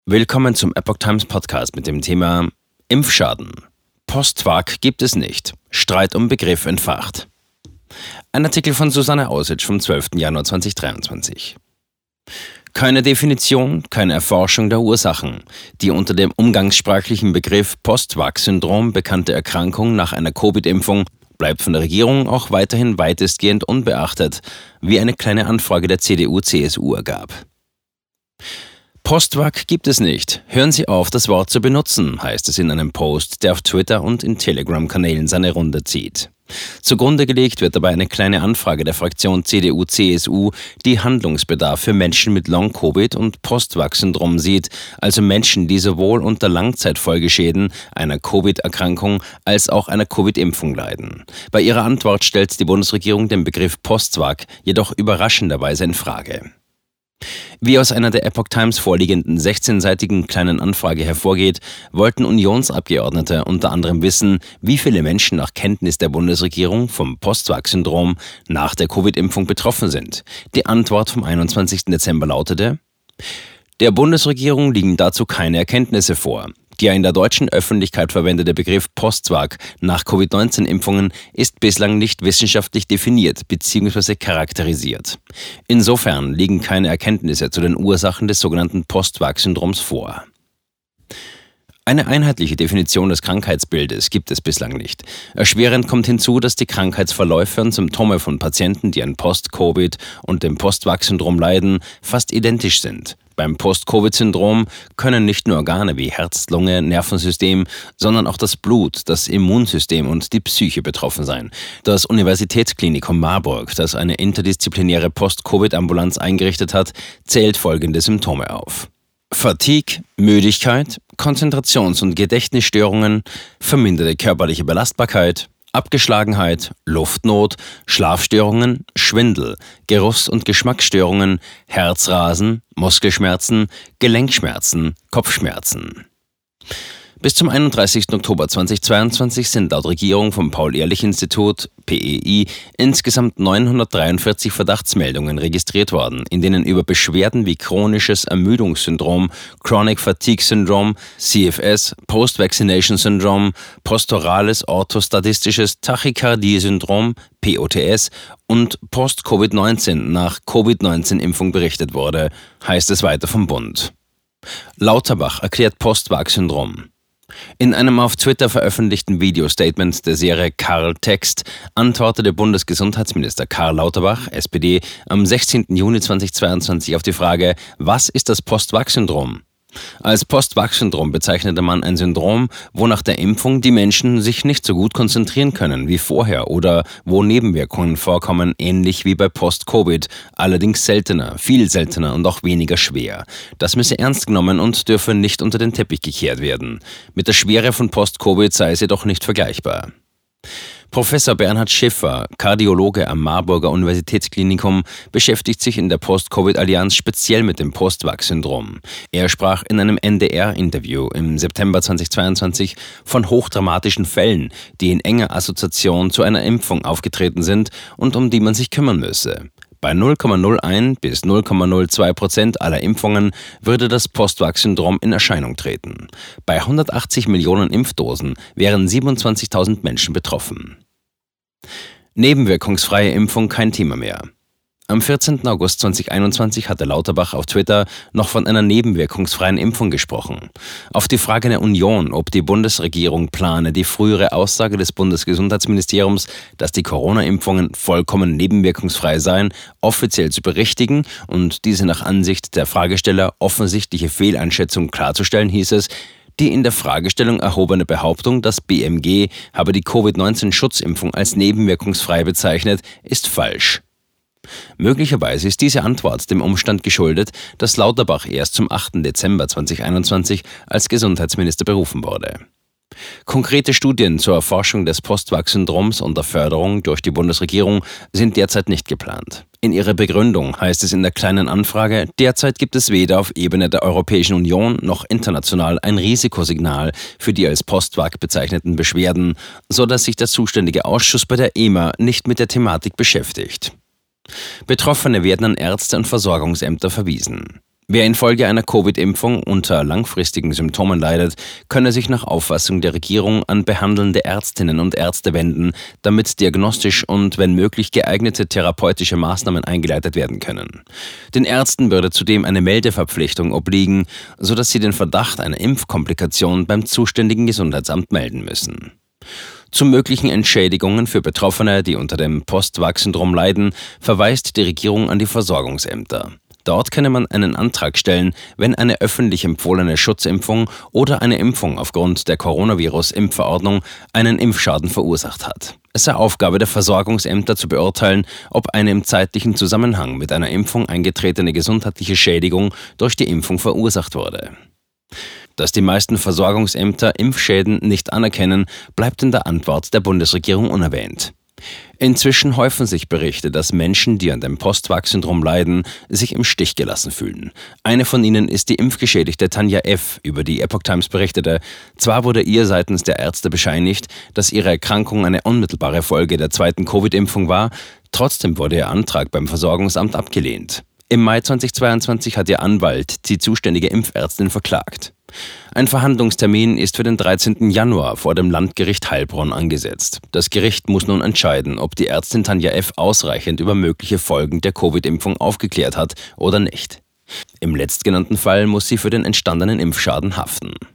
Willkommen zum Epoch Times Podcast mit dem Thema Impfschaden. Post-Vac gibt es nicht. Streit um Begriff entfacht. Ein Artikel von Susanne Aussitsch vom 12. Januar 2023. Keine Definition, keine Erforschung der Ursachen. Die unter dem umgangssprachlichen Begriff Post-Vac-Syndrom bekannte Erkrankung nach einer Covid-Impfung bleibt von der Regierung auch weiterhin weitestgehend unbeachtet, wie eine kleine Anfrage der CDU-CSU ergab. Post-Vac gibt es nicht. Hören Sie auf, das Wort zu benutzen, heißt es in einem Post, der auf Twitter und in Telegram-Kanälen seine Runde zieht. Zugrunde gelegt wird dabei eine kleine Anfrage der Fraktion CDU-CSU, die Handlungsbedarf für Menschen mit Long-Covid und Post-Vac-Syndrom sieht, also Menschen, die sowohl unter Langzeitfolgeschäden einer Covid-Erkrankung als auch einer Covid-Impfung leiden. Bei ihrer Antwort stellt die Bundesregierung den Begriff Post-Vac jedoch überraschenderweise in Frage. Wie aus einer der Epoch Times vorliegenden 16-seitigen kleinen Anfrage hervorgeht, wollten Unionsabgeordnete unter anderem wissen, wie viele Menschen nach Kenntnis der Bundesregierung vom Post-Vac-Syndrom nach der Covid-Impfung betroffen sind. Die Antwort vom 21. Dezember lautete: Der Bundesregierung liegen dazu keine Erkenntnisse vor. Der in der deutschen Öffentlichkeit verwendete Begriff Post-Vac nach Covid-19-Impfungen ist bislang nicht wissenschaftlich definiert bzw. charakterisiert. Insofern liegen keine Erkenntnisse zu den Ursachen des sogenannten Post-Vac-Syndroms vor. Eine einheitliche Definition des Krankheitsbildes gibt es bislang nicht. Erschwerend kommt hinzu, dass die Krankheitsverläufe und Symptome von Patienten, die an Post-Covid und dem Post-Vac-Syndrom leiden, fast identisch sind. Beim Post-Covid-Syndrom können nicht nur Organe wie Herz, Lunge, Nervensystem, sondern auch das Blut, das Immunsystem und die Psyche betroffen sein. Das Universitätsklinikum Marburg, das eine interdisziplinäre Post-Covid-Ambulanz eingerichtet hat, zählt folgende Symptome auf: Fatigue, Müdigkeit, Konzentrations- und Gedächtnisstörungen, verminderte körperliche Belastbarkeit, Abgeschlagenheit, Luftnot, Schlafstörungen, Schwindel, Geruchs- und Geschmacksstörungen, Herzrasen, Muskelschmerzen, Gelenkschmerzen, Kopfschmerzen. Bis zum 31. Oktober 2022 sind laut Regierung vom Paul-Ehrlich-Institut (PEI) insgesamt 943 Verdachtsmeldungen registriert worden, in denen über Beschwerden wie chronisches Ermüdungssyndrom, Chronic Fatigue Syndrome, CFS, Post-Vaccination Syndrome, postorales orthostatistisches Tachykardie-Syndrom, POTS und Post-Covid-19 nach Covid-19-Impfung berichtet wurde, heißt es weiter vom Bund. Lauterbach erklärt Post-Vac-Syndrom. In einem auf Twitter veröffentlichten Video-Statement der Serie Karl Text antwortete Bundesgesundheitsminister Karl Lauterbach, SPD, am 16. Juni 2022 auf die Frage: Was ist das Post-Vac-Syndrom? Als Post-Vac-Syndrom bezeichnete man ein Syndrom, wo nach der Impfung die Menschen sich nicht so gut konzentrieren können wie vorher oder wo Nebenwirkungen vorkommen, ähnlich wie bei Post-Covid, allerdings seltener, viel seltener und auch weniger schwer. Das müsse ernst genommen und dürfe nicht unter den Teppich gekehrt werden. Mit der Schwere von Post-Covid sei es jedoch nicht vergleichbar. Professor Bernhard Schiffer, Kardiologe am Marburger Universitätsklinikum, beschäftigt sich in der Post-Covid-Allianz speziell mit dem Post-Vac-Syndrom. Er sprach in einem NDR-Interview im September 2022 von hochdramatischen Fällen, die in enger Assoziation zu einer Impfung aufgetreten sind und um die man sich kümmern müsse. Bei 0,01 bis 0,02% aller Impfungen würde das Post-Vac-Syndrom in Erscheinung treten. Bei 180 Millionen Impfdosen wären 27.000 Menschen betroffen. Nebenwirkungsfreie Impfung kein Thema mehr. Am 14. August 2021 hatte Lauterbach auf Twitter noch von einer nebenwirkungsfreien Impfung gesprochen. Auf die Frage der Union, ob die Bundesregierung plane, die frühere Aussage des Bundesgesundheitsministeriums, dass die Corona-Impfungen vollkommen nebenwirkungsfrei seien, offiziell zu berichtigen und diese nach Ansicht der Fragesteller offensichtliche Fehleinschätzung klarzustellen, hieß es: Die in der Fragestellung erhobene Behauptung, das BMG habe die Covid-19-Schutzimpfung als nebenwirkungsfrei bezeichnet, ist falsch. Möglicherweise ist diese Antwort dem Umstand geschuldet, dass Lauterbach erst zum 8. Dezember 2021 als Gesundheitsminister berufen wurde. Konkrete Studien zur Erforschung des Post-Vac-Syndroms und der Förderung durch die Bundesregierung sind derzeit nicht geplant. In ihrer Begründung heißt es in der kleinen Anfrage: Derzeit gibt es weder auf Ebene der Europäischen Union noch international ein Risikosignal für die als Post-Vac bezeichneten Beschwerden, sodass sich der zuständige Ausschuss bei der EMA nicht mit der Thematik beschäftigt. Betroffene werden an Ärzte und Versorgungsämter verwiesen. Wer infolge einer Covid-Impfung unter langfristigen Symptomen leidet, könne sich nach Auffassung der Regierung an behandelnde Ärztinnen und Ärzte wenden, damit diagnostisch und wenn möglich geeignete therapeutische Maßnahmen eingeleitet werden können. Den Ärzten würde zudem eine Meldeverpflichtung obliegen, sodass sie den Verdacht einer Impfkomplikation beim zuständigen Gesundheitsamt melden müssen. Zu möglichen Entschädigungen für Betroffene, die unter dem Post-Vax-Syndrom leiden, verweist die Regierung an die Versorgungsämter. Dort könne man einen Antrag stellen, wenn eine öffentlich empfohlene Schutzimpfung oder eine Impfung aufgrund der Coronavirus-Impfverordnung einen Impfschaden verursacht hat. Es sei Aufgabe der Versorgungsämter zu beurteilen, ob eine im zeitlichen Zusammenhang mit einer Impfung eingetretene gesundheitliche Schädigung durch die Impfung verursacht wurde. Dass die meisten Versorgungsämter Impfschäden nicht anerkennen, bleibt in der Antwort der Bundesregierung unerwähnt. Inzwischen häufen sich Berichte, dass Menschen, die an dem Post-Vax-Syndrom leiden, sich im Stich gelassen fühlen. Eine von ihnen ist die impfgeschädigte Tanja F., über die Epoch Times berichtete. Zwar wurde ihr seitens der Ärzte bescheinigt, dass ihre Erkrankung eine unmittelbare Folge der zweiten Covid-Impfung war, trotzdem wurde ihr Antrag beim Versorgungsamt abgelehnt. Im Mai 2022 hat ihr Anwalt die zuständige Impfärztin verklagt. Ein Verhandlungstermin ist für den 13. Januar vor dem Landgericht Heilbronn angesetzt. Das Gericht muss nun entscheiden, ob die Ärztin Tanja F. ausreichend über mögliche Folgen der Covid-Impfung aufgeklärt hat oder nicht. Im letztgenannten Fall muss sie für den entstandenen Impfschaden haften.